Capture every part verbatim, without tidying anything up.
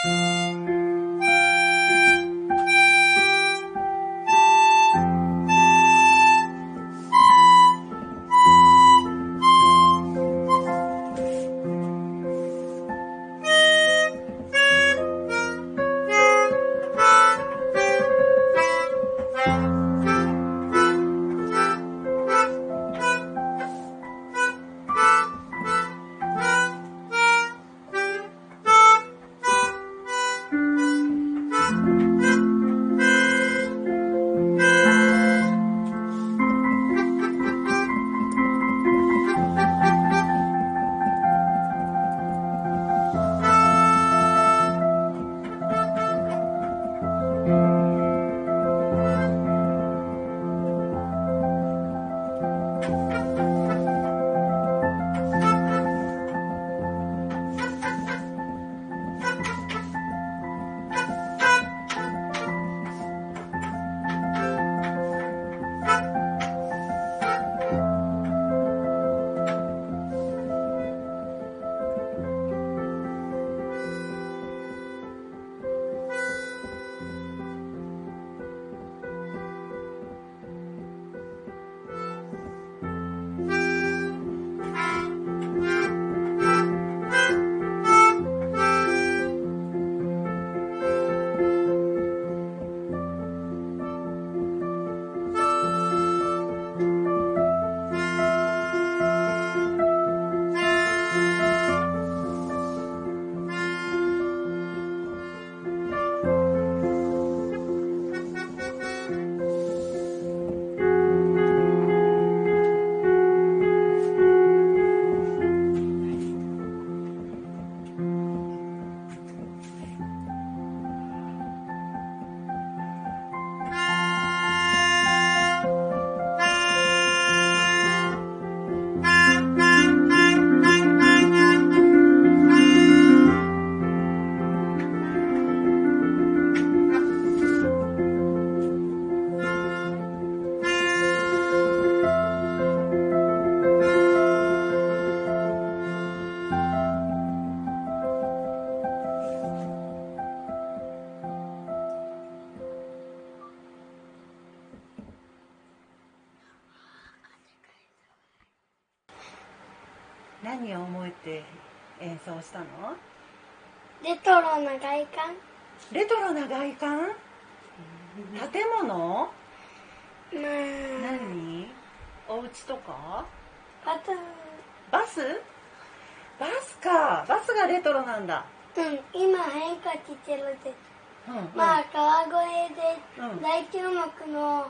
何を覚えて演奏したの？ レトロな外観。 レトロな外観？建物？ まあ、 何？お家とか？ バス。 バス？バスか。バスがレトロなんだ。 うん、今変化してるです。 うんうん、 まあ川越で大注目の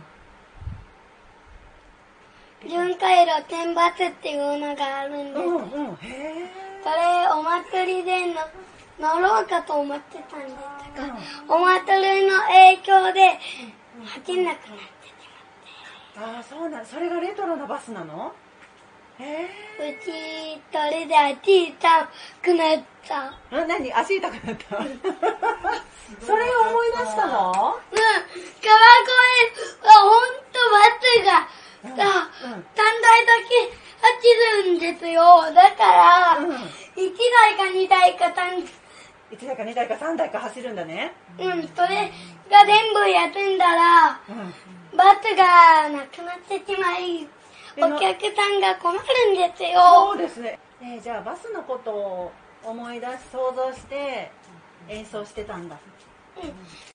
巡回路天バスっていうのがあるんです。 うんうん、へそれお祭りでの乗ろうかと思ってたんですが、うん、お祭りの影響で走んなくなってしまって。 ああ、そうなん。それがレトロなバスなの？へえ。 うちそれで足痛くなった。 あ、何？足痛くなった？それを思い出したの？ うん。川越はほんとバスがさ、うんうん、さんだいだけ走るんですよ。だから、うん、いちだいかにだいかさんだいいちだいかにだいかさんだいか走るんだね。 うん、それが全部休んだら、うん、バスがなくなってしまい、お客さんが困るんですよ。 そうですね。えー、じゃあバスのことを思い出し、想像して演奏してたんだ。 うん。